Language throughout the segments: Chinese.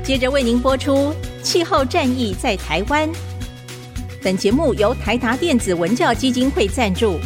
接着为您播出气候战役在台湾。本节目由台达电子文教基金会赞助。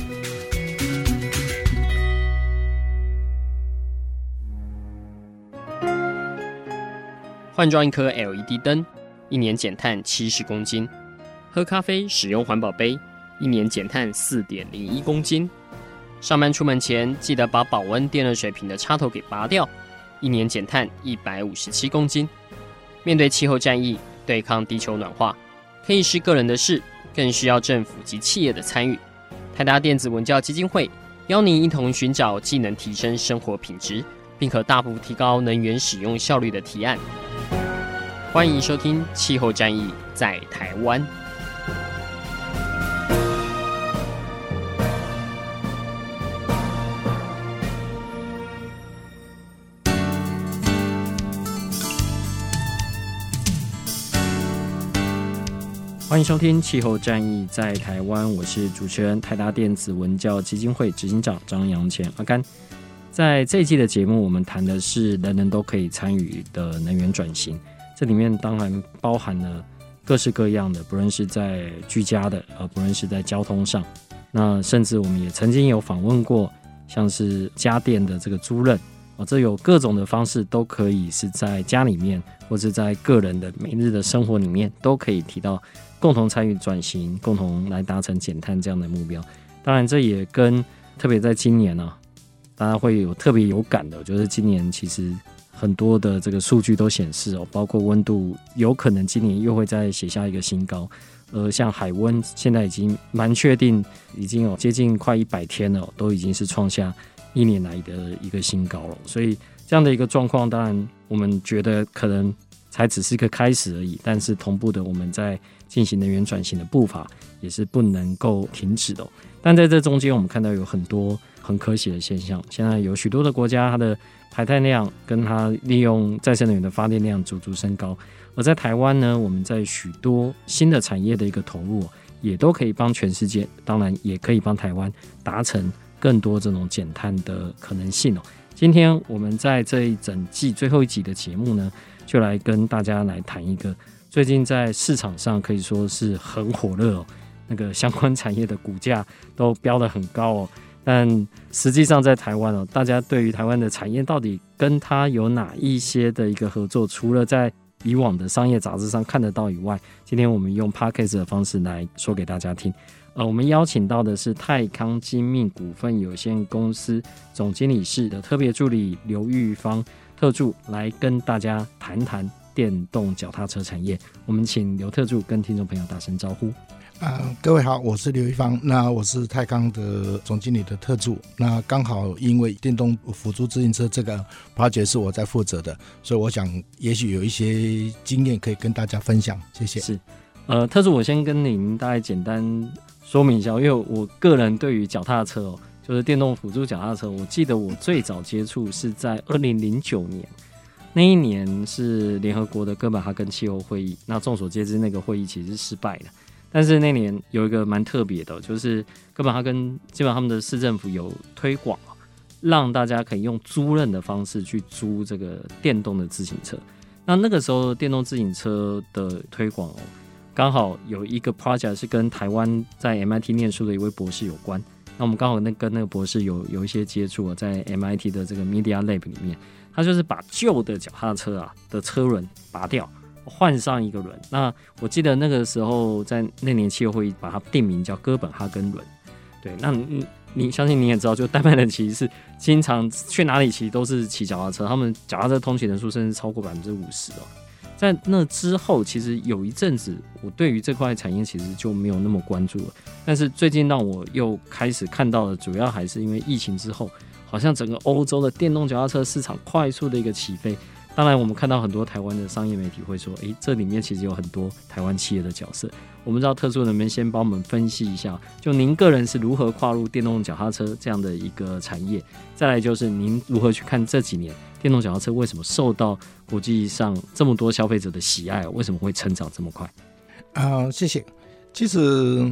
换装一颗 LED 灯，一年减碳70公斤；喝咖啡使用环保杯，一年减碳4.01公斤；上班出门前记得把保温电热水瓶的插头给拔掉，一年减碳157公斤。面对气候战役，对抗地球暖化，可以是个人的事，更需要政府及企业的参与。台达电子文教基金会邀您一同寻找既能提升生活品质，并可大幅提高能源使用效率的提案。欢迎收听《气候战役在台湾》。欢迎收听《气候战役在台湾》，我是主持人台达电子文教基金会执行长张扬乾阿甘。在这一季的节目，我们谈的是人人都可以参与的能源转型。这里面当然包含了各式各样的，不论是在居家的，不论是在交通上，那甚至我们也曾经有访问过，像是家电的这个租赁，这有各种的方式都可以是在家里面，或是在个人的每日的生活里面，都可以提到共同参与转型，共同来达成减碳这样的目标。当然，这也跟特别在今年大家会有特别有感的，就是今年其实很多的这个数据都显示包括温度有可能今年又会再写下一个新高，像海温现在已经蛮确定，已经有接近快100天了，都已经是创下1年来的一个新高了。所以这样的一个状况，当然我们觉得可能才只是一个开始而已，但是同步的我们在进行能源转型的步伐也是不能够停止的。但在这中间我们看到有很多很可喜的现象，现在有许多的国家它的排碳量跟它利用再生能源的发电量逐升高，而在台湾呢，我们在许多新的产业的一个投入也都可以帮全世界，当然也可以帮台湾达成更多这种减碳的可能性。今天我们在这一整季最后一集的节目呢，就来跟大家来谈一个最近在市场上可以说是很火热那个相关产业的股价都飙得很高但实际上在台湾大家对于台湾的产业到底跟它有哪一些的一个合作，除了在以往的商业杂志上看得到以外，今天我们用 Podcast 的方式来说给大家听。我们邀请到的是泰康精密股份有限公司总经理室的特别助理刘玉芳特助来跟大家谈谈电动脚踏车产业。我们请刘特助跟听众朋友打声招呼。 各位好，我是刘一芳，那我是泰康的总经理的特助。那刚好因为电动辅助自行车这个 project 是我在负责的，所以我想也许有一些经验可以跟大家分享。谢谢。 是，特助我先跟您大概简单说明一下，因为我个人对于脚踏车就是电动辅助脚踏车，我记得我最早接触是在2009年，那一年是联合国的哥本哈根气候会议，那众所皆知那个会议其实是失败的。但是那年有一个蛮特别的，就是哥本哈根基本上他们的市政府有推广，让大家可以用租赁的方式去租这个电动的自行车。那个时候电动自行车的推广刚好有一个 project 是跟台湾在 MIT 念书的一位博士有关。那我们刚好跟那个博士有一些接触在 MIT 的这个 Media Lab 里面，他就是把旧的脚踏车的车轮拔掉，换上一个轮。那我记得那个时候在那年气候会议把它定名叫哥本哈根轮。对，那你相信你也知道，就丹麦人其实是经常去哪里其实都是骑脚踏车，他们脚踏车通勤人数甚至超过50%在那之后，其实有一阵子我对于这块产业其实就没有那么关注了。但是最近让我又开始看到的，主要还是因为疫情之后，好像整个欧洲的电动脚踏车市场快速的一个起飞。当然我们看到很多台湾的商业媒体会说这里面其实有很多台湾企业的角色。我们知道特助能不能先帮我们分析一下，就您个人是如何跨入电动脚踏车这样的一个产业，再来就是您如何去看这几年电动脚踏车为什么受到国际上这么多消费者的喜爱，为什么会成长这么快？ 谢谢。其实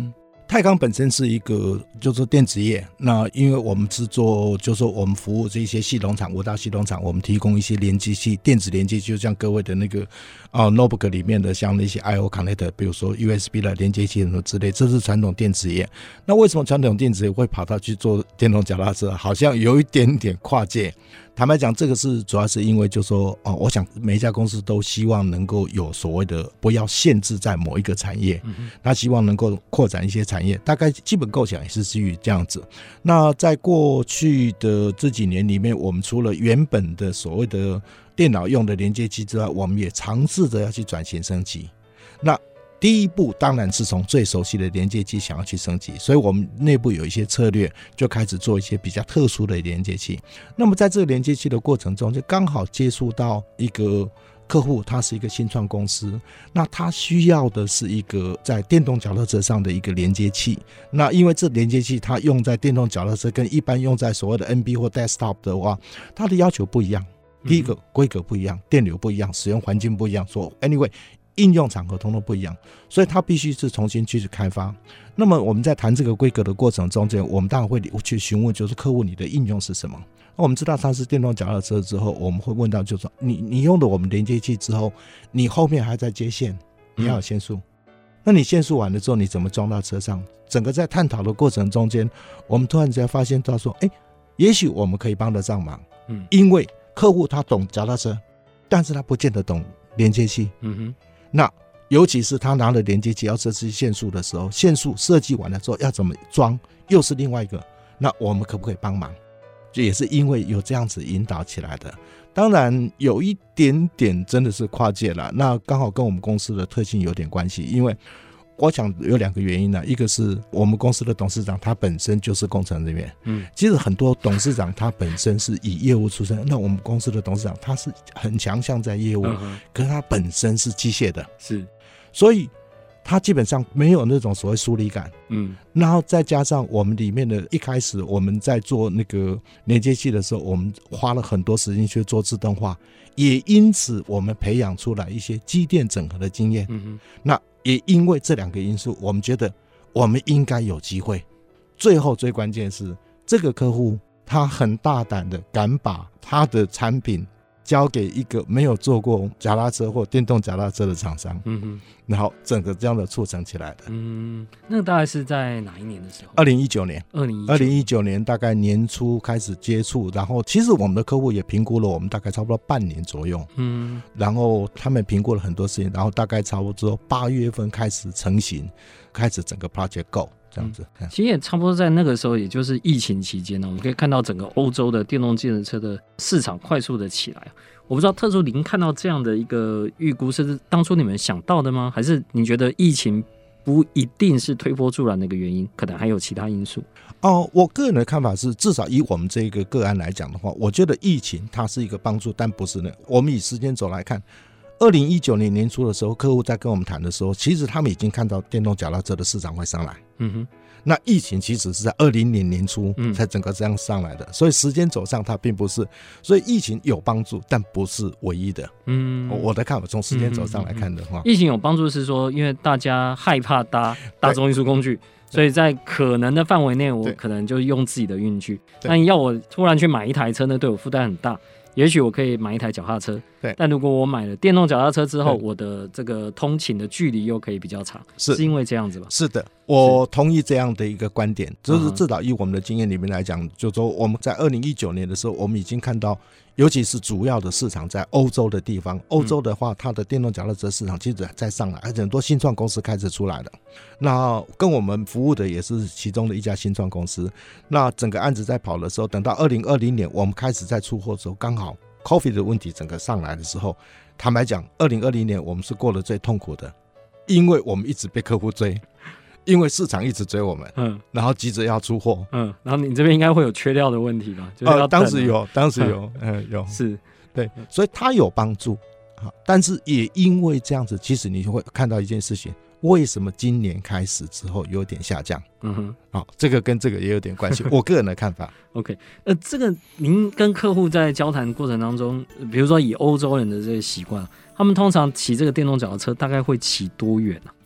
泰康本身是一个就是电子业，那因为我们是做就是说我们服务这些系统厂5大系统厂，我们提供一些连接器电子连接器，就像各位的那个notebook 里面的像那些 IO connector， 比如说 USB 的连接器什么之类，这是传统电子业。那为什么传统电子业会跑到去做电动脚踏车？好像有一点点跨界。坦白讲，这个是主要是因为就是说我想每一家公司都希望能够有所谓的不要限制在某一个产业，他希望能够扩展一些产业，大概基本构想也是基于这样子。那在过去的这几年里面，我们除了原本的所谓的电脑用的连接器之外，我们也尝试着要去转型升级。那第一步当然是从最熟悉的连接器想要去升级，所以我们内部有一些策略，就开始做一些比较特殊的连接器。那么在这个连接器的过程中，就刚好接触到一个客户，他是一个新创公司，那他需要的是一个在电动脚踏车上的一个连接器。那因为这连接器它用在电动脚踏车跟一般用在所谓的 NB 或 desktop 的话，它的要求不一样。第一个规格不一样，电流不一样，使用环境不一样，说 anyway应用场合通通不一样，所以它必须是重新去开发。那么我们在谈这个规格的过程中间，我们当然会去询问，就是客户你的应用是什么。那我们知道它是电动脚踏车之后，我们会问到就是说你用了我们连接器之后，你后面还在接线，你要有线束，那你线束完了之后你怎么装到车上？整个在探讨的过程中间，我们突然间发现到说也许我们可以帮得上忙，因为客户他懂脚踏车，但是他不见得懂连接器，那尤其是他拿了连接器要设置线束的时候，线束设计完了之后要怎么装又是另外一个，那我们可不可以帮忙？就也是因为有这样子引导起来的。当然有一点点真的是跨界了，那刚好跟我们公司的特性有点关系，因为我想有2个原因呢，一个是我们公司的董事长他本身就是工程人员，其实很多董事长他本身是以业务出身，那我们公司的董事长他是很强项在业务，可是他本身是机械的， 是， 所以他基本上没有那种所谓疏离感，然后再加上我们里面的一开始我们在做那个连接器的时候，我们花了很多时间去做自动化，也因此我们培养出来一些机电整合的经验，那也因为这2个因素，我们觉得我们应该有机会。最后最关键是这个客户他很大胆的敢把他的产品交给一个没有做过脚踏车或电动脚踏车的厂商，然后整个这样的促成起来的。 那大概是在哪一年的时候 ？2019年。2019年大概年初开始接触，然后其实我们的客户也评估了我们大概差不多半年左右，然后他们评估了很多事情，然后大概差不多8月份开始成型，开始整个 project go。这样子， 其实也差不多在那个时候，也就是疫情期间呢，我们可以看到整个欧洲的电动自行车的市场快速的起来。我不知道特助您看到这样的一个预估，是当初你们想到的吗？还是你觉得疫情不一定是推波助澜的一个原因，可能还有其他因素？ 我个人的看法是，至少以我们这个个案来讲的话，我觉得疫情它是一个帮助，但不是呢。我们以时间轴来看，2019年年初的时候，客户在跟我们谈的时候，其实他们已经看到电动脚踏车的市场会上来。那疫情其实是在20年年初才整个这样上来的，所以时间轴上它并不是，所以疫情有帮助，但不是唯一的。我的看法，从时间轴上来看的话， 疫情有帮助是说，因为大家害怕搭大众运输工具，所以在可能的范围内，我可能就用自己的运具。但要我突然去买一台车呢，对我负担很大。也许我可以买一台脚踏车，但如果我买了电动脚踏车之后，我的这个通勤的距离又可以比较长，是因为这样子吧？ 是的，我同意这样的一个观点，就是至少以我们的经验里面来讲，就是说我们在2019年的时候，我们已经看到，尤其是主要的市场在欧洲的地方，欧洲的话，它的电动脚踏车市场其实在上来，而且很多新创公司开始出来了。那跟我们服务的也是其中的一家新创公司。那整个案子在跑的时候，等到2020年我们开始在出货的时候，刚好 COVID 的问题整个上来的时候，坦白讲，2020年我们是过得最痛苦的，因为我们一直被客户追。因为市场一直追我们，然后急着要出货， 然后你这边应该会有缺料的问题吧？就是要当时有，有， 是， 对，所以它有帮助，但是也因为这样子，其实你会看到一件事情，为什么今年开始之后有点下降？这个跟这个也有点关系，我个人的看法。 OK， 这个您跟客户在交谈过程当中，比如说以欧洲人的这些习惯，他们通常骑这个电动脚踏车大概会骑多远啊？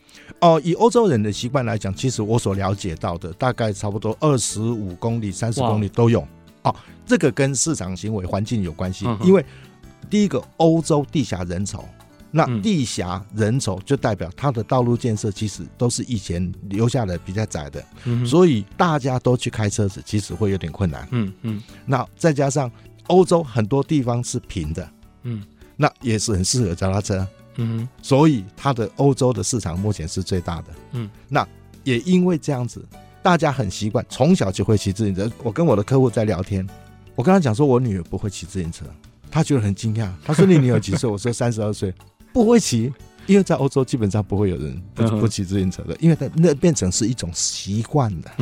以欧洲人的习惯来讲，其实我所了解到的大概差不多25公里、30公里都有。这个跟市场行为环境有关系，因为第一个欧洲地狭人稠，那地狭人稠就代表它的道路建设其实都是以前留下来比较窄的，所以大家都去开车子，其实会有点困难。那再加上欧洲很多地方是平的，那也是很适合脚踏车。所以它的欧洲的市场目前是最大的。那也因为这样子，大家很习惯，从小就会骑自行车。我跟我的客户在聊天，我跟他讲说我女儿不会骑自行车，他觉得很惊讶。他说你女儿几岁？我说32岁，不会骑。因为在欧洲基本上不会有人不骑自行车的，因为那变成是一种习惯的。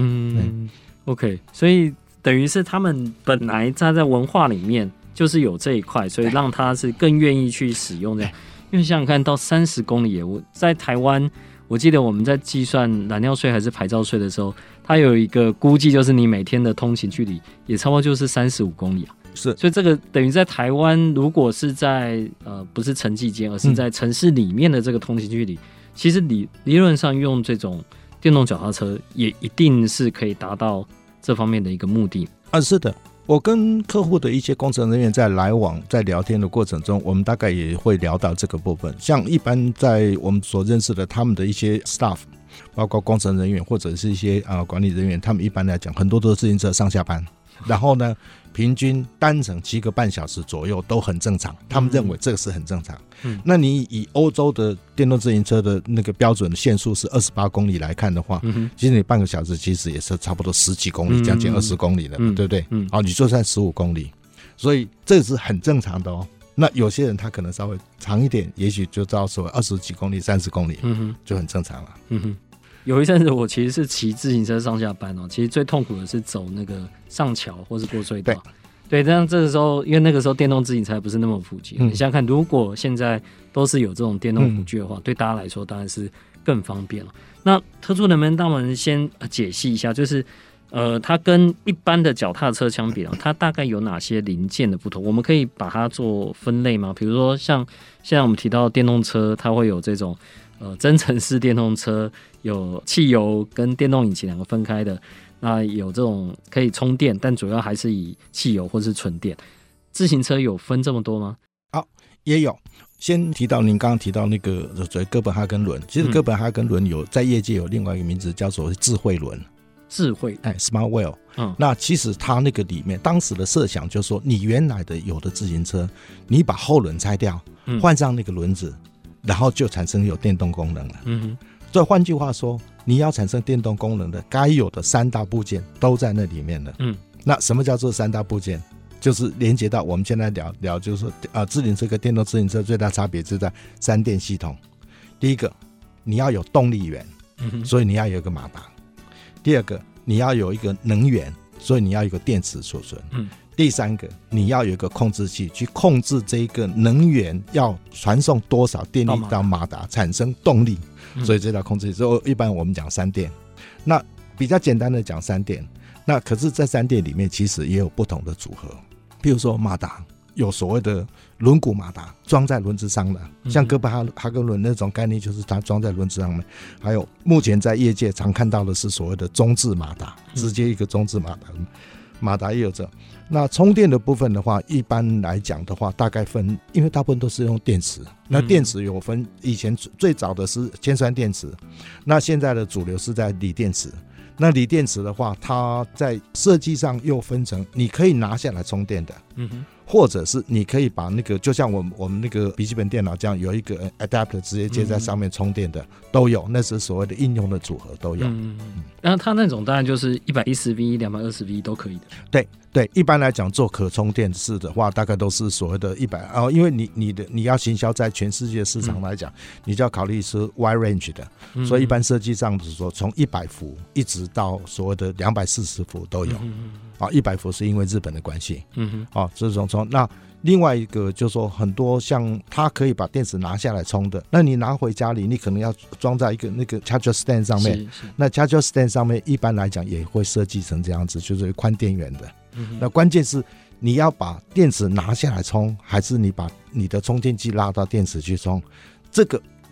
OK， 所以等于是他们本来在文化里面就是有这一块，所以让他是更愿意去使用这样。因为想想看到30公里，我在台湾，我记得我们在计算燃料税还是牌照税的时候，它有一个估计，就是你每天的通勤距离也差不多就是35公里啊。 是， 所以这个等于在台湾，如果是在不是城际间，而是在城市里面的这个通勤距离，其实理论上用这种电动脚踏车也一定是可以达到这方面的一个目的。 是的。我跟客户的一些工程人员在来往在聊天的过程中，我们大概也会聊到这个部分。像一般在我们所认识的他们的一些 staff， 包括工程人员或者是一些管理人员，他们一般来讲很多都是自行车上下班，然后呢平均单程7个半小时左右都很正常，他们认为这个是很正常。那你以欧洲的电动自行车的那个标准限速是28公里来看的话，其实你半个小时其实也是差不多10几公里，将近20公里了，对不对？你就算15公里，所以这是很正常的哦。那有些人他可能稍微长一点，也许就到说20几公里、30公里，就很正常了。 有一阵子我其实是骑自行车上下班哦，其实最痛苦的是走那个上桥或是过隧道。对，但这个时候，因为那个时候电动自行车还不是那么普及，你想想看，如果现在都是有这种电动辅具的话，对大家来说当然是更方便了。那特助能不能帮我们先解析一下，就是它跟一般的脚踏车相比，它大概有哪些零件的不同？我们可以把它做分类吗？比如说像现在我们提到电动车，它会有这种增程式电动车，有汽油跟电动引擎两个分开的。那有这种可以充电，但主要还是以汽油或是纯电。自行车有分这么多吗？ 也有。先提到您刚刚提到那个所谓哥本哈根轮，其实哥本哈根轮有在业界有另外一个名字叫做智慧轮。 智慧 Smart Wheel。那其实它那个里面当时的设想就是说，你原来的有的自行车，你把后轮拆掉，换上那个轮子，然后就产生有电动功能了。所以换句话说，你要产生电动功能的该有的3大部件都在那里面了。那什么叫做3大部件？就是连接到我们现在聊就是说自行车跟电动自行车最大差别就在3电系统。第一个，你要有动力源，所以你要有一个马达。第二个，你要有一个能源，所以你要有一个电池储存。第三个，你要有一个控制器去控制这个能源要传送多少电力到马达产生动力，所以这条控制器。所以一般我们讲3电，那比较简单的讲3电，那可是在3电里面其实也有不同的组合。譬如说马达有所谓的轮毂马达装在轮子上的，像哥本哈根轮那种概念就是它装在轮子上面。还有目前在业界常看到的是所谓的中置马达，直接一个中置马达也有这。那充电的部分的话，一般来讲的话大概分，因为大部分都是用电池，那电池有分，以前最早的是铅酸电池，那现在的主流是在锂电池。那锂电池的话，它在设计上又分成你可以拿下来充电的，或者是你可以把那个就像我们那个笔记本电脑这样有一个 adapter 直接接在上面充电的，都有，那是所谓的应用的组合都有。 然后它那种当然就是110V 220V 都可以的。 对，一般来讲做可充电式的话，大概都是所谓的100，因为你要行销在全世界市场来讲，你就要考虑是 wide range 的，所以一般设计上是说从100伏一直到所谓的240伏都有。100伏是因为日本的关系。这种充。那另外一个就是说，很多像它可以把电池拿下来充的，那你拿回家里，你可能要装在一个那个 charger stand 上面。那 charger stand 上面一般来讲也会设计成这样子，就是宽电源的。那关键是你要把电池拿下来充，还是你把你的充电器拉到电池去充，这个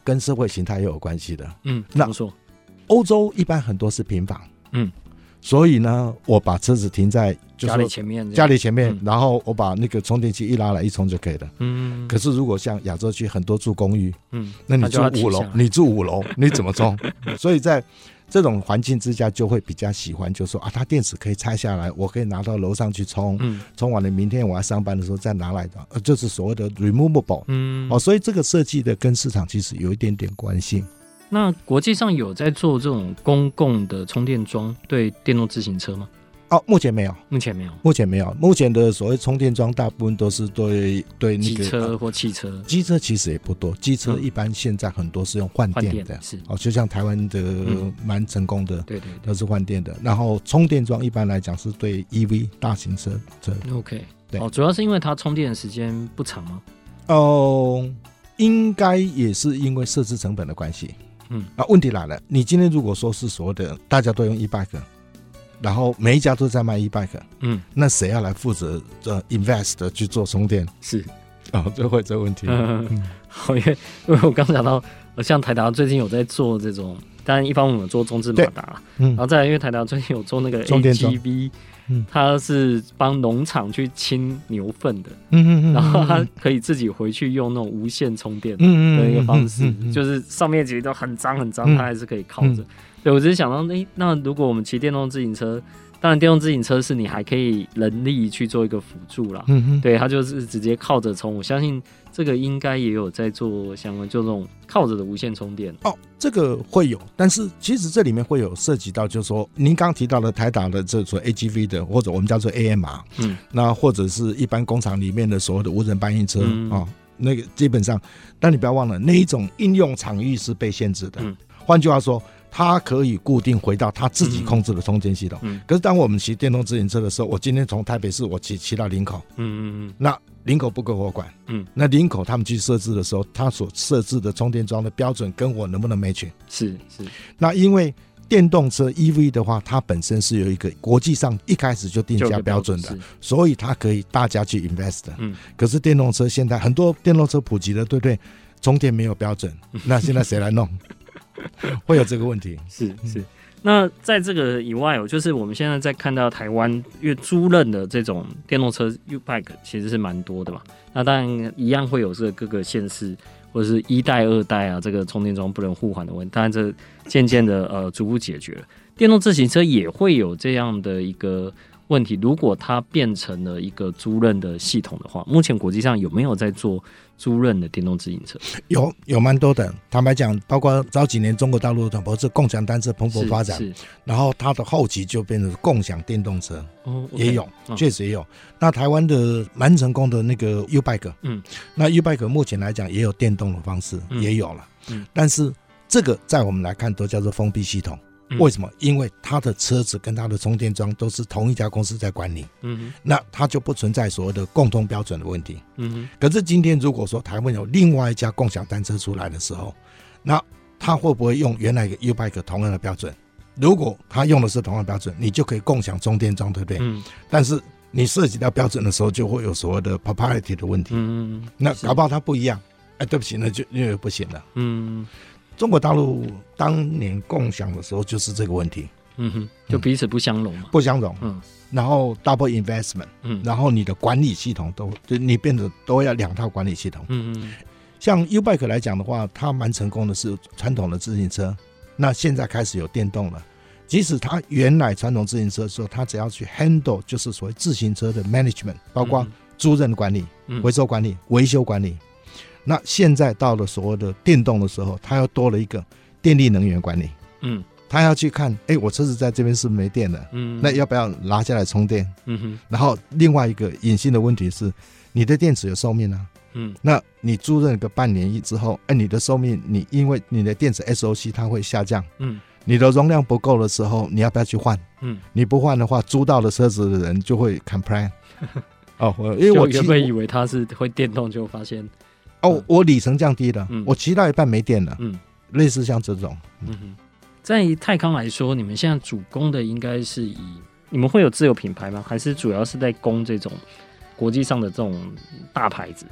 跟社会形态也有关系的。 怎么说？ 欧洲一般很多是平房，所以呢，我把车子停在家里前面， 然后我把那个充电器一拉来一充就可以了。可是如果像亚洲区很多住公寓，那你住5楼，你怎么充？所以在这种环境之下，就会比较喜欢，就说它电池可以拆下来，我可以拿到楼上去充，充完了明天我要上班的时候再拿来的，就是所谓的 removable。所以这个设计的跟市场其实有一点点关系。 那国际上有在做这种公共的充电桩对电动自行车吗？ 目前没有。目前的所谓充电桩大部分都是对那个机车或汽车。 机车其实也不多，机车一般现在很多是用换电的， 是就像台湾的蛮成功的， 对， 都是换电的。然后充电桩一般来讲是对 EV 大型车。 OK， 对，主要是因为它充电的时间不长吗？ 应该也是因为设置成本的关系。问题来了，你今天如果说是所谓的大家都用 e-bike， 然后每一家都在卖 e-bike， 那谁要来负责invest 去做充电？ 是就会这个问题。 因为我刚讲到，像台达最近有在做这种，当然一方面有做中置马达，然后再来因为台达最近有做那个 AGV，它是帮农场去清牛粪的，然后它可以自己回去用那种无线充电的一个方式，就是上面其实都很脏很脏，它还是可以靠着。对，我只是想到，那如果我们骑电动自行车，当然电动自行车是你还可以人力去做一个辅助啦，对，它就是直接靠着充。我相信这个应该也有在做相关，就这种靠着的无线充电。 这个会有，但是其实这里面会有涉及到，就是说您刚提到的台达的这所 AGV 的，或者我们叫做 AMR，那或者是一般工厂里面的所谓的无人搬运车那个基本上，但你不要忘了，那一种应用场域是被限制的。换句话说，它可以固定回到它自己控制的充电系统。可是当我们骑电动自行车的时候，我今天从台北市我骑到林口，那林口不归我管，那林口他们去设置的时候，他所设置的充电桩的标准跟我能不能 match？ 是。 那因为电动车 EV 的话，它本身是有一个国际上一开始就定价标准的，所以它可以大家去 invest 的。可是电动车现在很多电动车普及了，对不对？充电没有标准，那现在谁来弄？会有这个问题。 是。那在这个以外，就是我们现在在看到台湾因为租赁的这种电动车 U-Bike 其实是蛮多的嘛。那当然一样会有这个各个县市或者是1代2代啊，这个充电桩不能互换的问题。当然这渐渐的逐步解决了。电动自行车也会有这样的一个问题，如果它变成了一个租赁的系统的话，目前国际上有没有在做租赁的电动自行车？ 有蛮多的。坦白讲，包括早几年中国大陆的是共享单车蓬勃发展，然后它的后期就变成共享电动车，也有，确实也有。那台湾的蛮成功的那个 U-Bike，那 U-Bike 目前来讲也有电动的方式，也有了，但是这个在我们来看都叫做封闭系统。为什么？因为它的车子跟它的充电桩都是同一家公司在管理，那它就不存在所谓的共同标准的问题。可是今天如果说台湾有另外一家共享单车出来的时候，那它会不会用原来的 U-Bike 同样的标准？如果它用的是同样的标准，你就可以共享充电桩，对不对？但是你涉及到标准的时候，就会有所谓的 propriety 的问题。那搞不好它不一样，对不起，那就又不行了。中国大陆当年共享的时候就是这个问题， 就彼此不相容嘛， 然后 double investment，然后你的管理系统就你变得都要2套管理系统。像 U-Bike 来讲的话，它蛮成功的是传统的自行车，那现在开始有电动了。即使它原来传统自行车的时候，它只要去 handle 就是所谓自行车的 management， 包括租赁管理、回收管理、维修管理。那现在到了所谓的电动的时候，它又多了一个电力能源管理。他要去看，我车子在这边是不是没电了？那要不要拿下来充电？然后另外一个隐性的问题是，你的电池有寿命啊。那你租赁个半年之后，你的寿命，你因为你的电池 SOC 它会下降。你的容量不够的时候，你要不要去换？你不换的话，租到的车子的人就会 complain。因为我原本以为它是会电动，就发现。 我里程降低了，我骑到一半没电了，类似像这种。 在泰康来说，你们现在主攻的应该是你们会有自有品牌吗？还是主要是在攻这种国际上的这种大牌子？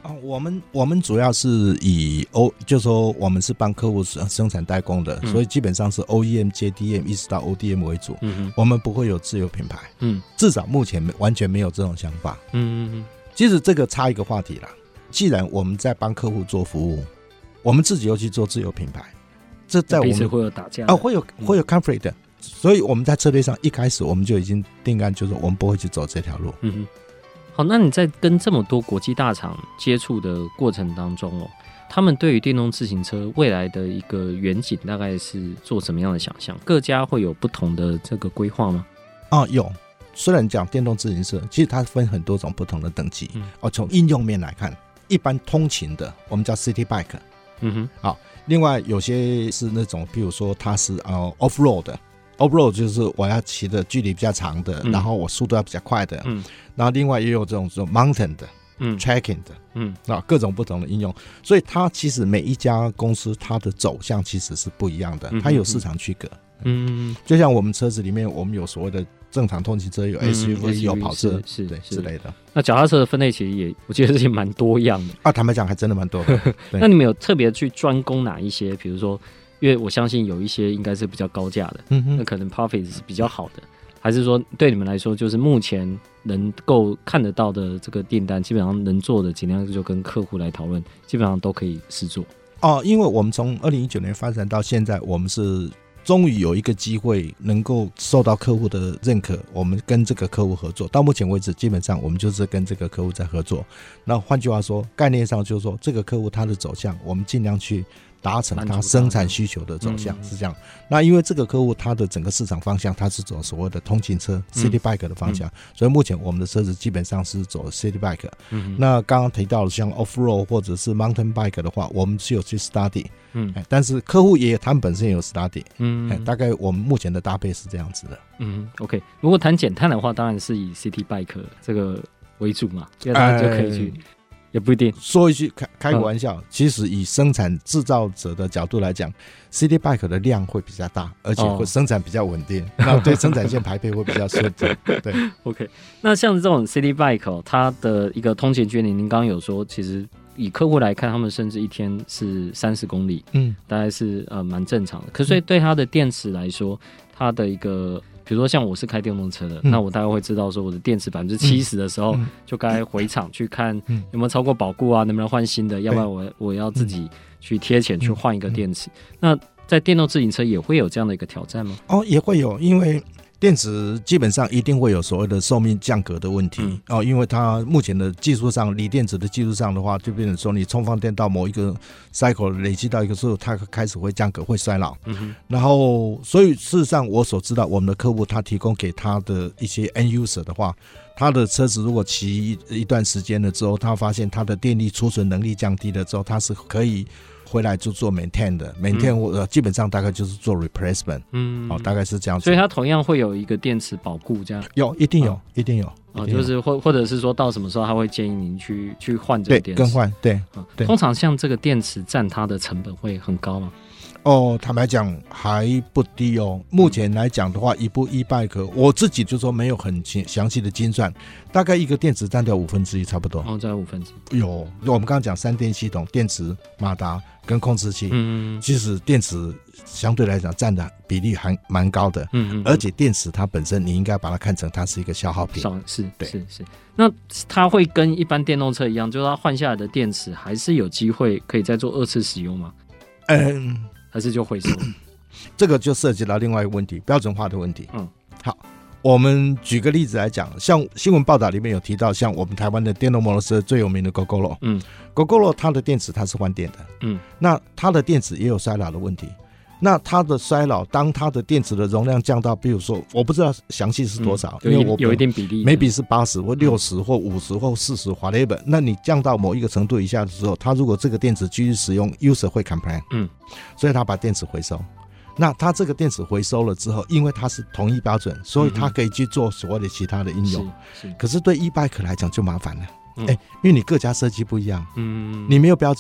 我们主要是以就是说我们是帮客户生产代工的，所以基本上是 OEM、JDM 一直到 ODM 为主。我们不会有自有品牌。至少目前完全没有这种想法。其实这个差一个话题啦。既然我们在帮客户做服务，我们自己又去做自有品牌，这在我们彼此会有打架会有 conflict 的。所以我们在策略上一开始我们就已经定案，就是我们不会去走这条路。 好，那你在跟这么多国际大厂接触的过程当中他们对于电动自行车未来的一个远景大概是做什么样的想象？各家会有不同的这个规划吗？ 有。虽然讲电动自行车，其实它分很多种不同的等级。从应用面来看，一般通勤的我们叫 City Bike。好，另外有些是那种，比如说它是off road 就是我要骑的距离比较长的，然后我速度要比较快的。然后另外也有这种mountain 的，tracking 的，各种不同的应用。所以它其实每一家公司它的走向其实是不一样的，它有市场区隔。就像我们车子里面，我们有所谓的正常通勤车，有 SUV，有跑车，对之类的。 那脚踏车的分类其实也，我觉得是蛮多样的坦白讲还真的蛮多的。 那你们有特别去专攻哪一些？比如说，因为我相信有一些应该是比较高价的，那可能 profit 是比较好的，还是说对你们来说，就是目前能够看得到的这个订单，基本上能做的尽量就跟客户来讨论，基本上都可以试做。 因为我们从2019年发展到现在，我们是终于有一个机会能够受到客户的认可，我们跟这个客户合作。到目前为止，基本上我们就是跟这个客户在合作。那换句话说，概念上就是说，这个客户他的走向，我们尽量去达成他生产需求的走向，是这样。那因为这个客户他的整个市场方向，他是走所谓的通勤车 City Bike 的方向，所以目前我们的车子基本上是走 City Bike。那刚刚提到的像 Off Road 或者是 Mountain Bike 的话，我们是有去 study。但是客户他们本身也有 study。大概我们目前的搭配是这样子的。 OK， 如果谈减碳的话，当然是以 City Bike 这个为主嘛，因为大家就可以去。也不一定。 说一句开个玩笑，其实以生产制造者的角度来讲 ，City Bike 的量会比较大，而且会生产比较稳定，那对生产线排配会比较顺利。对 ，OK。那像这种 City Bike，它的一个通勤距离，您刚刚有说，其实以客户来看，他们甚至一天是30公里，大概是蛮正常的。可是所以对它的电池来说，它的一个。比如说像我是开电动车的，那我大概会知道说我的电池70%的时候，就该回厂去看有没有超过保固啊，能不能换新的，要不然我要自己去贴钱去换一个电池。那在电动自行车也会有这样的一个挑战吗？ 也会有，因为电池基本上一定会有所谓的寿命降格的问题。因为它目前的技术上，锂电池的技术上的话，就变成说你充放电到某一个 cycle 累积到一个时候，它开始会降格，会衰老。然后所以事实上我所知道，我们的客户他提供给他的一些 end user 的话，他的车子如果骑一段时间了之后，他发现他的电力储存能力降低了之后，他是可以回来就做 maintain 的 maintain，基本上大概就是做 replacement。大概是这样子。 所以它同样会有一个电池保固，这样一定有，一定有。 就是或者是说到什么时候他会建议您去换这个电池， 更换。对。 通常像这个电池占它的成本会很高吗？ 坦白讲还不低哦。目前来讲的话，一部 e-bike 我自己就说没有很详细的精算，大概一个电池占掉1/5差不多。 占1/5。 有，我们刚刚讲3电系统，电池、马达跟控制器。其实电池相对来讲占的比例还蛮高的。而且电池它本身你应该把它看成它是一个消耗品。 是。那它会跟一般电动车一样，就是它换下来的电池还是有机会可以再做2次使用吗？还是就回收？ 这个就涉及到另外一个问题，标准化的问题。好，我们举个例子来讲，像新闻报道里面有提到，像我们台湾的电动摩托车最有名的 Gogoro，Gogoro 它的电池它是换电的，那它的电池也有衰老的问题。那它的衰老，当它的电池的容量降到，比如说我不知道详细是多少，因为我有一定比例 ，maybe 是80或60或50或40 whatever。那你降到某一个程度以下的时候，它如果这个电池继续使用 ，user 会 complain，所以他把电池回收。那它这个电池回收了之后，因为它是统一标准，所以它可以去做所谓的其他的应用。可是对 e-bike 来讲就麻烦了，因为你各家设计不一样，你没有标准。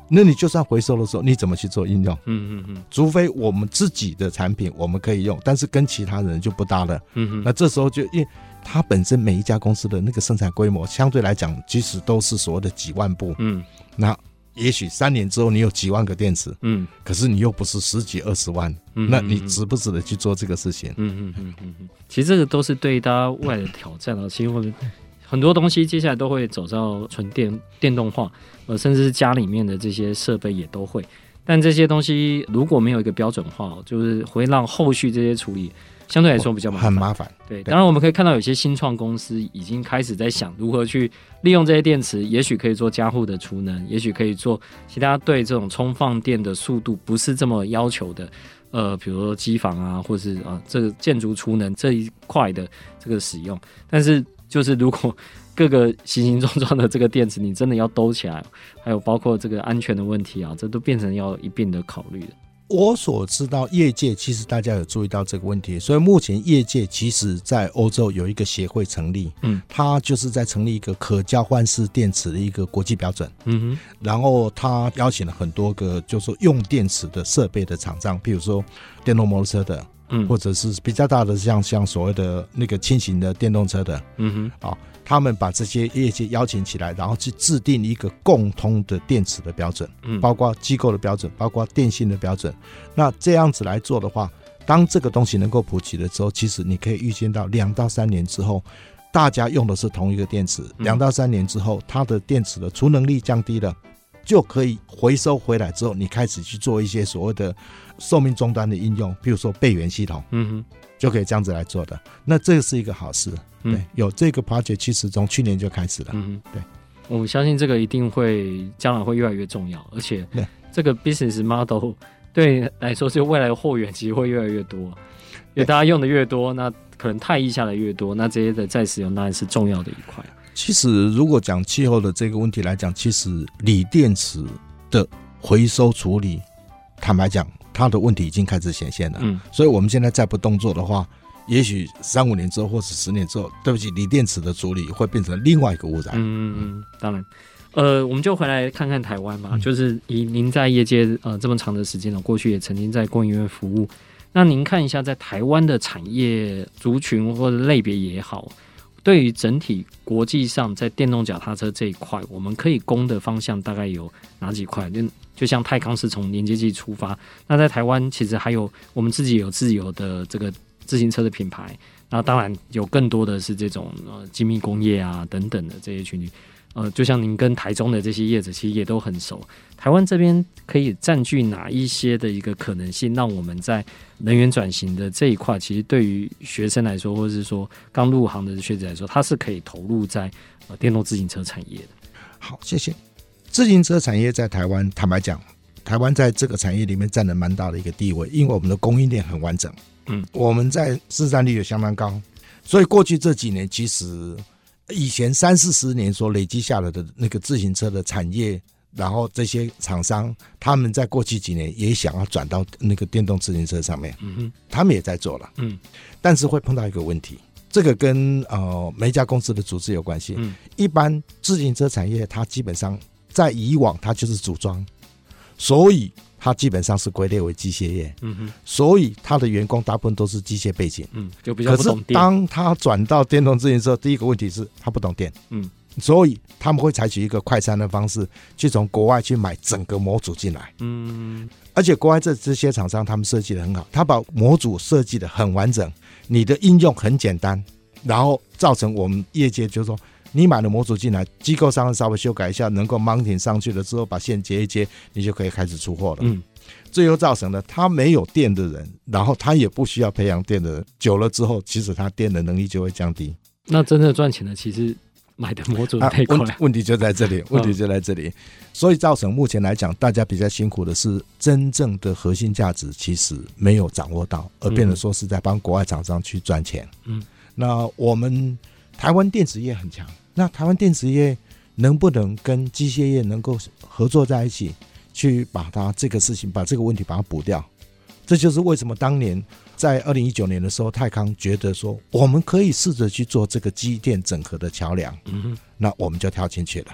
那你就算回收的时候，你怎么去做应用？除非我们自己的产品我们可以用，但是跟其他人就不搭了。那这时候就因为它本身每一家公司的那个生产规模相对来讲，其实都是所谓的几万部。那也许3年之后你有几万个电池，可是你又不是10几20万，那你值不值得去做这个事情？ 其实这个都是对大家未来的挑战其实我们很多东西接下来都会走到纯电动化，甚至是家里面的这些设备也都会。但这些东西如果没有一个标准化，就是会让后续这些处理相对来说比较麻烦，很麻烦。对，当然我们可以看到有些新创公司已经开始在想如何去利用这些电池，也许可以做家户的储能，也许可以做其他对这种充放电的速度不是这么要求的，比如说机房啊，或是这个建筑储能这一块的这个使用。但是就是如果各个形形状状的这个电池你真的要兜起来，还有包括这个安全的问题这都变成要一并的考虑的。 我所知道业界其实大家有注意到这个问题，所以目前业界其实在欧洲有一个协会成立，它就是在成立一个可交换式电池的一个国际标准。然后它邀请了很多个就是说用电池的设备的厂商，比如说电动摩托车的，或者是比较大的像所谓的那个轻型的电动车的，他们把这些业界邀请起来，然后去制定一个共通的电池的标准，包括机构的标准，包括电信的标准。那这样子来做的话，当这个东西能够普及的时候，其实你可以预见到2到3年之后，大家用的是同一个电池，2到3年之后，它的电池的储能力降低了，就可以回收回来之后，你开始去做一些所谓的寿命终端的应用，比如说备援系统，就可以这样子来做的。那这个是一个好事。对，有这个 project 其实从去年就开始了。对， 我相信这个一定会将来会越来越重要，而且这个 business model 对来说是未来的货源其实会越来越多，因为大家用的越多，那可能汰役下来越多，那这些的再使用当然是重要的一块。 其实如果讲气候的这个问题来讲，其实锂电池的回收处理，坦白讲它的问题已经开始显现了。所以我们现在再不动作的话，也许3-5年之后或是10年之后，对不起，锂电池的处理会变成另外一个污染。 当然我们就回来看看台湾吧，就是以您在业界这么长的时间了，过去也曾经在工研院服务，那您看一下在台湾的产业族群或者类别也好，对于整体国际上在电动脚踏车这一块，我们可以攻的方向大概有哪几块？就像泰康是从连接器出发，那在台湾其实还有我们自己有自有的这个自行车的品牌，那当然有更多的是这种精密工业啊等等的这些群体。就像您跟台中的这些业者其实也都很熟，台湾这边可以占据哪一些的一个可能性，让我们在能源转型的这一块，其实对于学生来说，或者是说刚入行的学子来说，它是可以投入在电动自行车产业的。 好，谢谢。自行车产业在台湾，坦白讲，台湾在这个产业里面占了蛮大的一个地位，因为我们的供应链很完整，我们在市占率也相当高，所以过去这几年其实以前30-40年所累积下来的那个自行车的产业，然后这些厂商他们在过去几年也想要转到那个电动自行车上面，他们也在做了，但是会碰到一个问题，这个跟每一家公司的组织有关系。一般自行车产业它基本上在以往它就是组装，所以它基本上是归类为机械业，所以它的员工大部分都是机械背景， 就比较不懂电。 可是当他转到电动自行车，第一个问题是他不懂电，所以他们会采取一个快餐的方式，去从国外去买整个模组进来，而且国外这些厂商他们设计的很好，他把模组设计的很完整，你的应用很简单，然后造成我们业界就是说，你买了模组进来，机构商稍微修改一下，能够 mounting 上去了之后，把线接一接，你就可以开始出货了。这又造成了他没有电的人，然后他也不需要培养电的人，久了之后，其实他电的能力就会降低。 那真正赚钱的其实买的模组那一块， 问题就在这里，问题就在这里。所以造成目前来讲，大家比较辛苦的是，真正的核心价值其实没有掌握到，而变得说是在帮国外厂商去赚钱。那我们台湾电子业很强，那台湾电子业能不能跟机械业能够合作在一起，去把它这个事情，把这个问题把它补掉？这就是为什么当年在2019年的时候，泰康觉得说我们可以试着去做这个机电整合的桥梁，那我们就跳进去了。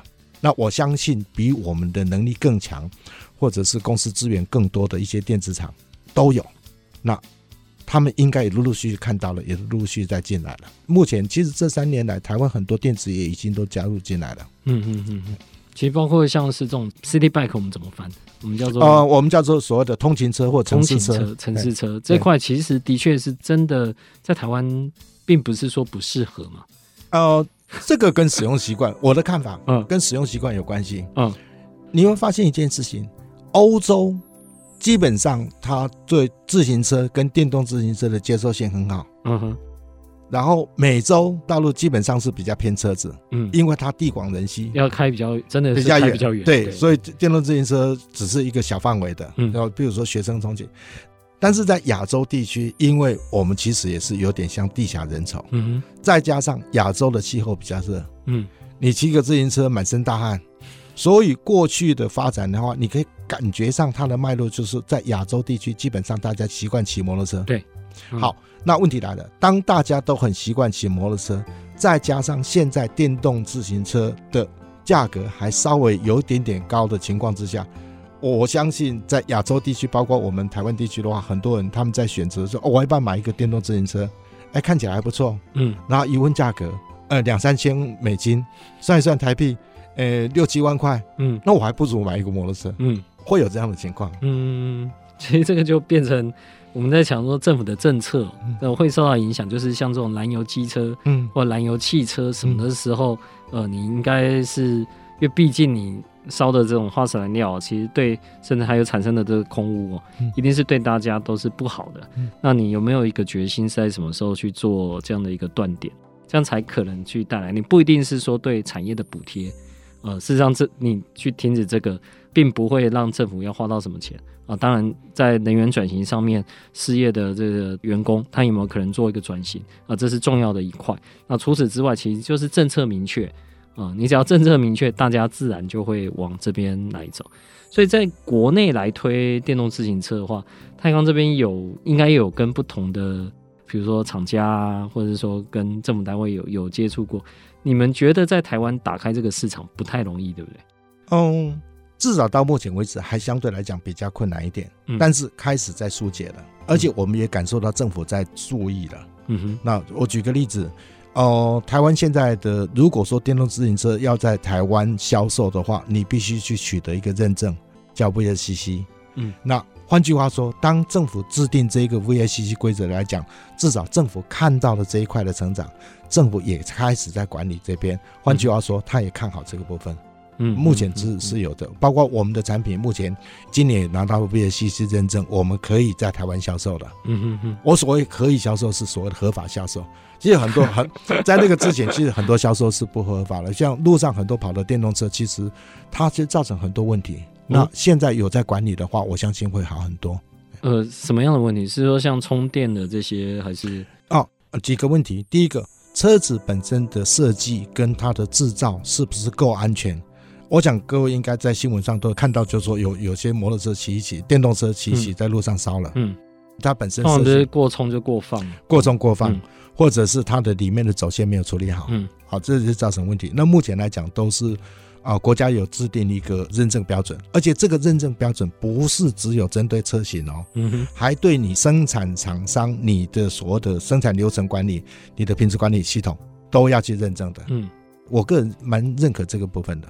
那我相信比我们的能力更强，或者是公司资源更多的一些电子厂都有，那他们应该也陆陆续续看到了，也陆陆续续在进来了。目前其实这3年来，台湾很多电子业已经都加入进来了。 其实包括像是这种 City Bike， 我们怎么翻？我们叫做所谓的通勤车或城市车。 城市车这块其实的确是真的，在台湾并不是说不适合嘛。 这个跟使用习惯，我的看法，跟使用习惯有关系。你会发现一件事情，欧洲基本上它对自行车跟电动自行车的接受性很好。然后美洲大陆基本上是比较偏车子，因为它地广人稀， 要开真的是开比较远， 对，所以电动自行车只是一个小范围的，然后比如说学生通勤。但是在亚洲地区，因为我们其实也是有点像地狭人稠，再加上亚洲的气候比较热，你骑个自行车满身大汗，所以过去的发展的话，你可以感觉上它的脉络就是在亚洲地区，基本上大家习惯骑摩托车。 对， 好，那问题来了，当大家都很习惯骑摩托车，再加上现在电动自行车的价格还稍微有一点点高的情况之下，我相信在亚洲地区，包括我们台湾地区的话，很多人他们在选择说，我要不要买一个电动自行车？看起来还不错，然后一问价格，2-3千美金，算一算台币，6-7万块，那我还不如买一个摩托车，会有这样的情况， 其实这个就变成我们在讲说政府的政策会受到影响，就是像这种燃油机车，或燃油汽车什么的时候，你应该是因为毕竟你烧的这种化石燃料，其实对甚至还有产生的这个空污，一定是对大家都是不好的。那你有没有一个决心是在什么时候去做这样的一个断点，这样才可能去带来？你不一定是说对产业的补贴，事实上你去停止这个，并不会让政府要花到什么钱当然，在能源转型上面，失业的这个员工，他有没有可能做一个转型这是重要的一块。那除此之外，其实就是政策明确。你只要政策明确，大家自然就会往这边来走。所以在国内来推电动自行车的话，泰康这边应该有跟不同的，比如说厂家或者说跟政府单位有接触过。你们觉得在台湾打开这个市场不太容易，对不对？ 至少到目前为止还相对来讲比较困难一点，但是开始在疏解了，而且我们也感受到政府在注意了。那我举个例子。台湾现在的，如果说电动自行车要在台湾销售的话，你必须去取得一个认证，叫 VSCC。那换句话说，当政府制定这个 VSCC 规则来讲，至少政府看到了这一块的成长，政府也开始在管理这边。换句话说，他也看好这个部分。目前是有的，包括我们的产品，目前今年也拿到 VSCC 认证，我们可以在台湾销售了。我所谓可以销售是所谓的合法销售。其实在那个之前，其实很多销售是不合法的，像路上很多跑的电动车，其实它就造成很多问题。那现在有在管理的话，我相信会好很多。 什么样的问题？是说像充电的这些，还是几个问题？第一个，车子本身的设计跟它的制造是不是够安全？我想各位应该在新闻上都看到，就是说有些摩托车骑一骑，电动车骑一骑在路上烧了。它本身是过充就过放， 或者是它的里面的走线没有处理好，好，这就造成问题。那目前来讲都是国家有制定一个认证标准，而且这个认证标准不是只有针对车型还对你生产厂商你的所有的生产流程管理、你的品质管理系统都要去认证的。我个人蛮认可这个部分的。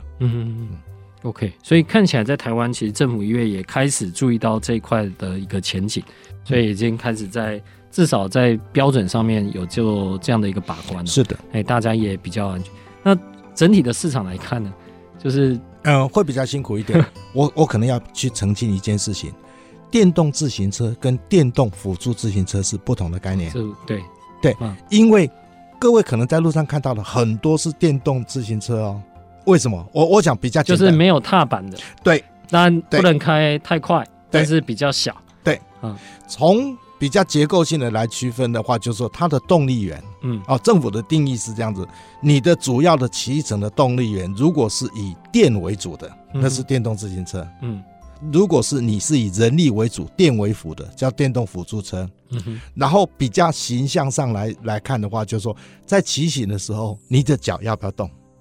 OK， 所以看起来在台湾，其实政府医院也开始注意到这一块的一个前景，所以已经开始至少在标准上面有就这样的一个把关了。 是的， 大家也比较安全。那整体的市场来看呢，就是会比较辛苦一点。我可能要去澄清一件事情：电动自行车跟电动辅助自行车是不同的概念。对，因为各位可能在路上看到的很多是电动自行车为什么？我讲比较简单， 就是没有踏板的。 对， 当然不能开太快，但是比较小。 对，从比较结构性的来区分的话，就是说它的动力源，政府的定义是这样子：你的主要的骑乘的动力源，如果是以电为主的，那是电动自行车。如果是你是以人力为主、电为辅的，叫电动辅助车。然后比较形象上来看的话，就是说在骑行的时候，你的脚要不要动？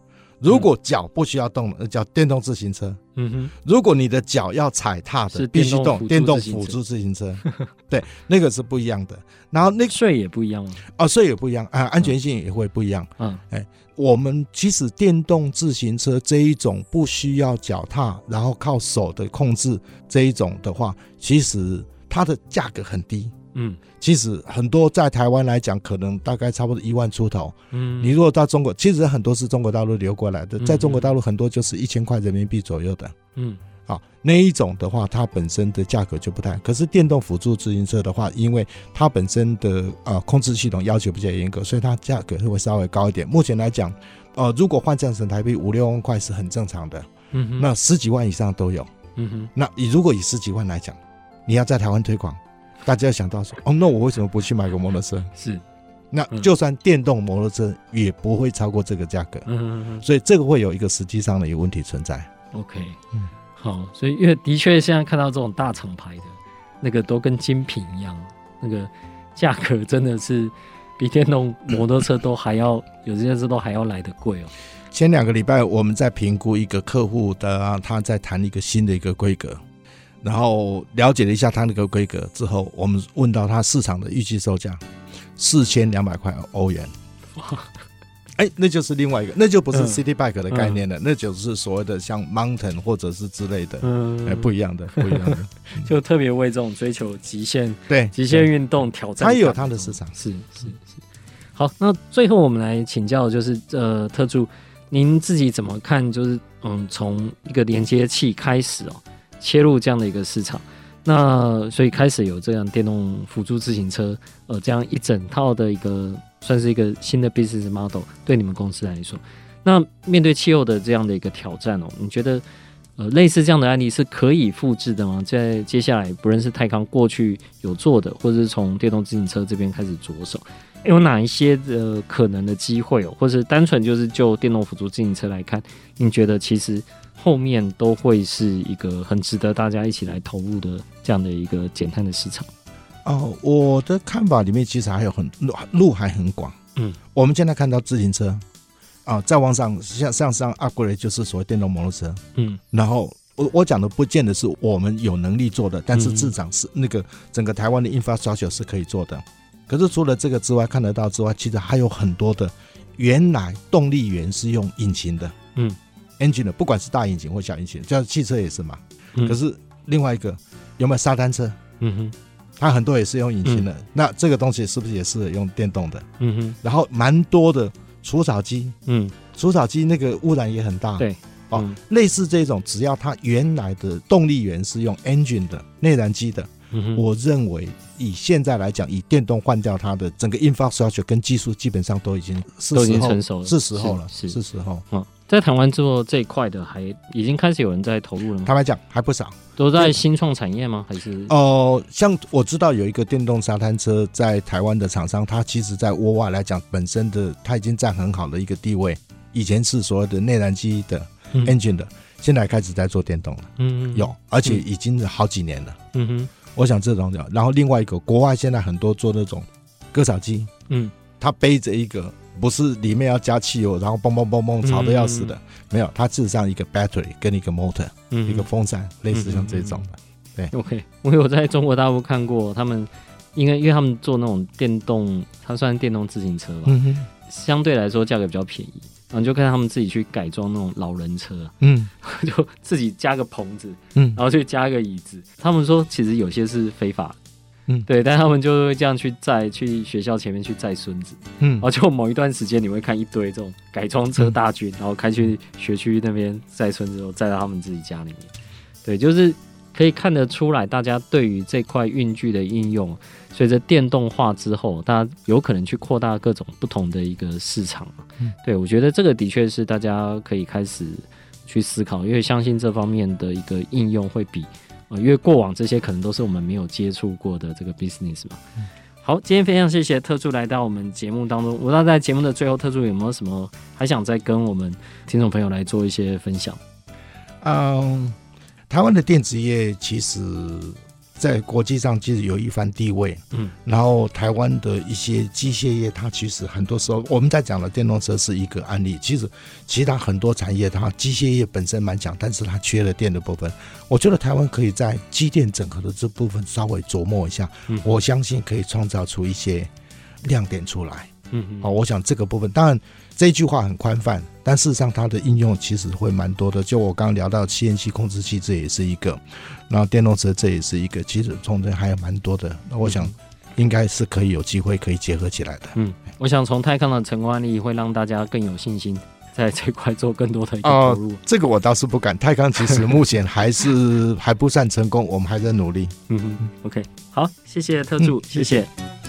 如果脚不需要动的，那叫电动自行车。如果你的脚要踩踏的，必须动电动辅助自行车。对，那个是不一样的。然后那个税也不一样吗？ 税也不一样啊，安全性也会不一样。我们其实电动自行车这一种不需要脚踏，然后靠手的控制这一种的话，其实它的价格很低。其实很多在台湾来讲，可能大概差不多1万出头。你如果到中国，其实很多是中国大陆流过来的，在中国大陆很多就是1000块人民币左右的。好，那一种的话，它本身的价格就不太。可是电动辅助自行车的话，因为它本身的控制系统要求比较严格，所以它价格会稍微高一点。目前来讲，如果换算成台币5-6万块是很正常的。那10几万以上都有。那如果以10几万来讲，你要在台湾推广，大家要想到说，那我为什么不去买个摩托车？ 是， 那就算电动摩托车也不会超过这个价格。所以这个会有一个实际上的一个问题存在。 OK，好，所以因为的确现在看到这种大厂牌的那个都跟精品一样，那个价格真的是比电动摩托车都还要有些车都还要来得贵哦。 前2个礼拜我们在评估一个客户的他在谈一个新的一个规格，然后了解了一下他那个规格之后，我们问到他市场的预计售价4200块欧元。那就是另外一个，那就不是 City Bike 的概念了，那就是所谓的像 Mountain 或者是之类的。不一样的就特别为这种追求极限运动挑战， 它也有它的市场。 是。好，那最后我们来请教，就是特助，您自己怎么看？就是从一个连接器开始切入这样的一个市场，那所以开始有这样电动辅助自行车这样一整套的一个算是一个新的 business model 对你们公司来说，那面对气候的这样的一个挑战你觉得类似这样的案例是可以复制的吗？在接下来不论是泰康过去有做的，或者是从电动自行车这边开始着手，有哪一些可能的机会或者单纯就是就电动辅助自行车来看，你觉得其实后面都会是一个很值得大家一起来投入的这样的一个减碳的市场？ 我的看法里面其实还有路还很广。我们现在看到自行车再往上向上 upgrade 就是所谓电动摩托车。然后我讲的不见得是我们有能力做的，但是市场是那个整个台湾的 infrastructure 是可以做的。可是除了这个之外，看得到之外，其实还有很多的原来动力源是用引擎的engine 的，不管是大引擎或小引擎，像汽车也是嘛。可是另外一个有没有沙滩车？它很多也是用引擎的。那这个东西是不是也是用电动的？然后蛮多的除草机，除草机那个污染也很大。 对， 类似这种，只要它原来的动力源是用 engine 的内燃机的，我认为以现在来讲，以电动换掉它的整个 infrastructure 跟技术，基本上都已经成熟了， 是时候了，是时候。 在台湾做这一块的，还已经开始有人在投入了吗？ 坦白讲，还不少。 都在新创产业吗？还是像我知道有一个电动沙滩车在台湾的厂商，它其实在沃外来讲，本身的它已经占很好的一个地位。以前是所谓的内燃机的 engine 的，现在开始在做电动了。有，而且已经好几年了。我想这种，然后另外一个国外现在很多做那种割草机，它背着一个。不是里面要加汽油，然后嘣嘣嘣嘣吵得要死的，没有，它事实上一个 battery 跟一个 motor，一个风扇，类似像这种的。对 ，OK， 我有在中国大陆看过，他们因为他们做那种电动，它算是电动自行车吧，相对来说价格比较便宜，然后你就看他们自己去改装那种老人车，就自己加个棚子，然后去加个椅子。他们说其实有些是非法的。对，但他们就会这样去学校前面去载孙子，然后就某一段时间你会看一堆这种改装车大军，然后开去学区那边载孙子，载到他们自己家里面。对，就是可以看得出来，大家对于这块运具的应用，随着电动化之后，大家有可能去扩大各种不同的一个市场。对，我觉得这个的确是大家可以开始去思考，因为相信这方面的一个应用会比。因为过往这些可能都是我们没有接触过的这个 business 嘛。好，今天非常谢谢特助来到我们节目当中。我不知道在节目的最后，特助有没有什么还想再跟我们听众朋友来做一些分享？ 台湾的电子业其实在国际上其实有一番地位，然后台湾的一些机械业，它其实很多时候我们在讲的电动车是一个案例，其实其他很多产业它机械业本身蛮强，但是它缺了电的部分，我觉得台湾可以在机电整合的这部分稍微琢磨一下，我相信可以创造出一些亮点出来。我想这个部分当然这句话很宽泛，但事实上它的应用其实会蛮多的，就我刚刚聊到CNC控制器这也是一个，然后电动车这也是一个，其实从这还有蛮多的，那我想应该是可以有机会可以结合起来的。 我想从泰康的成功案例会让大家更有信心在这块做更多的一个投入。 这个我倒是不敢，泰康其实目前还不算成功，我们还在努力。 OK， 好，谢谢特助，谢谢。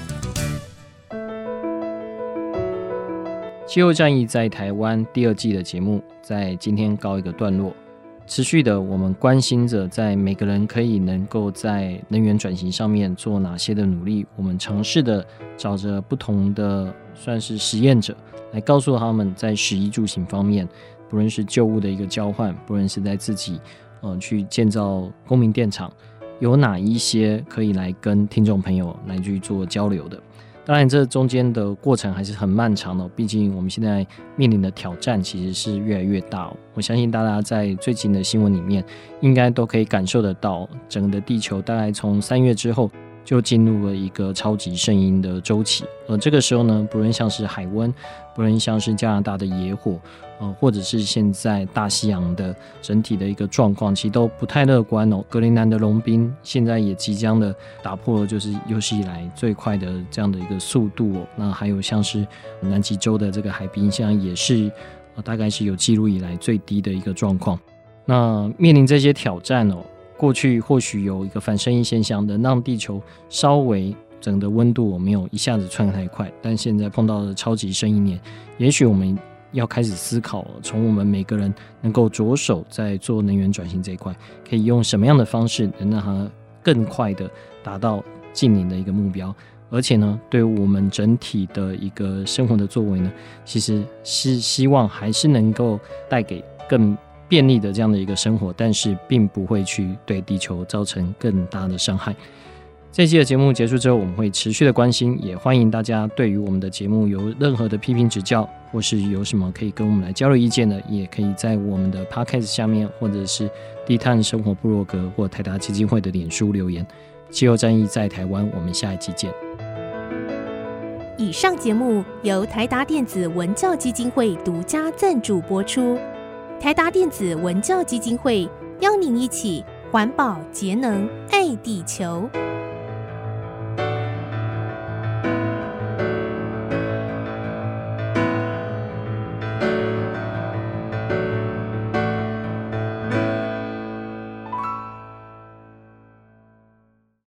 气候战役在台湾第2季的节目在今天告一个段落，持续的我们关心着在每个人可以能够在能源转型上面做哪些的努力，我们尝试的找着不同的算是实验者来告诉他们在食衣住行方面，不论是旧物的一个交换，不论是在自己去建造公民电厂，有哪一些可以来跟听众朋友来去做交流的。当然这中间的过程还是很漫长的，毕竟我们现在面临的挑战其实是越来越大。我相信大家在最近的新闻里面应该都可以感受得到，整个的地球大概从3月之后就进入了一个超级圣婴的周期，而这个时候呢，不论像是海温，不论像是加拿大的野火，或者是现在大西洋的整体的一个状况，其实都不太乐观哦。格陵兰的融冰现在也即将的打破了就是有史以来最快的这样的一个速度哦。那还有像是南极洲的这个海冰，现在也是大概是有记录以来最低的一个状况。那面临这些挑战哦，过去或许有一个反生意现象，能让地球稍微整个温度没有一下子窜太快，但现在碰到了超级生意年，也许我们要开始思考，从我们每个人能够着手在做能源转型这一块，可以用什么样的方式能让它更快的达到近邻的一个目标，而且呢，对我们整体的一个生活的作为呢，其实是希望还是能够带给更便利的这样的一个生活，但是并不会去对地球造成更大的伤害。这一期的节目结束之后，我们会持续的关心，也欢迎大家对于我们的节目有任何的批评指教，或是有什么可以跟我们来交流意见的，也可以在我们的 Podcast 下面，或者是低碳生活部落格或台达基金会的脸书留言。气候战役在台湾，我们下一期见。 以上节目由台达电子文教基金会独家赞助播出。台达电子文教基金会邀您一起环保节能爱地球。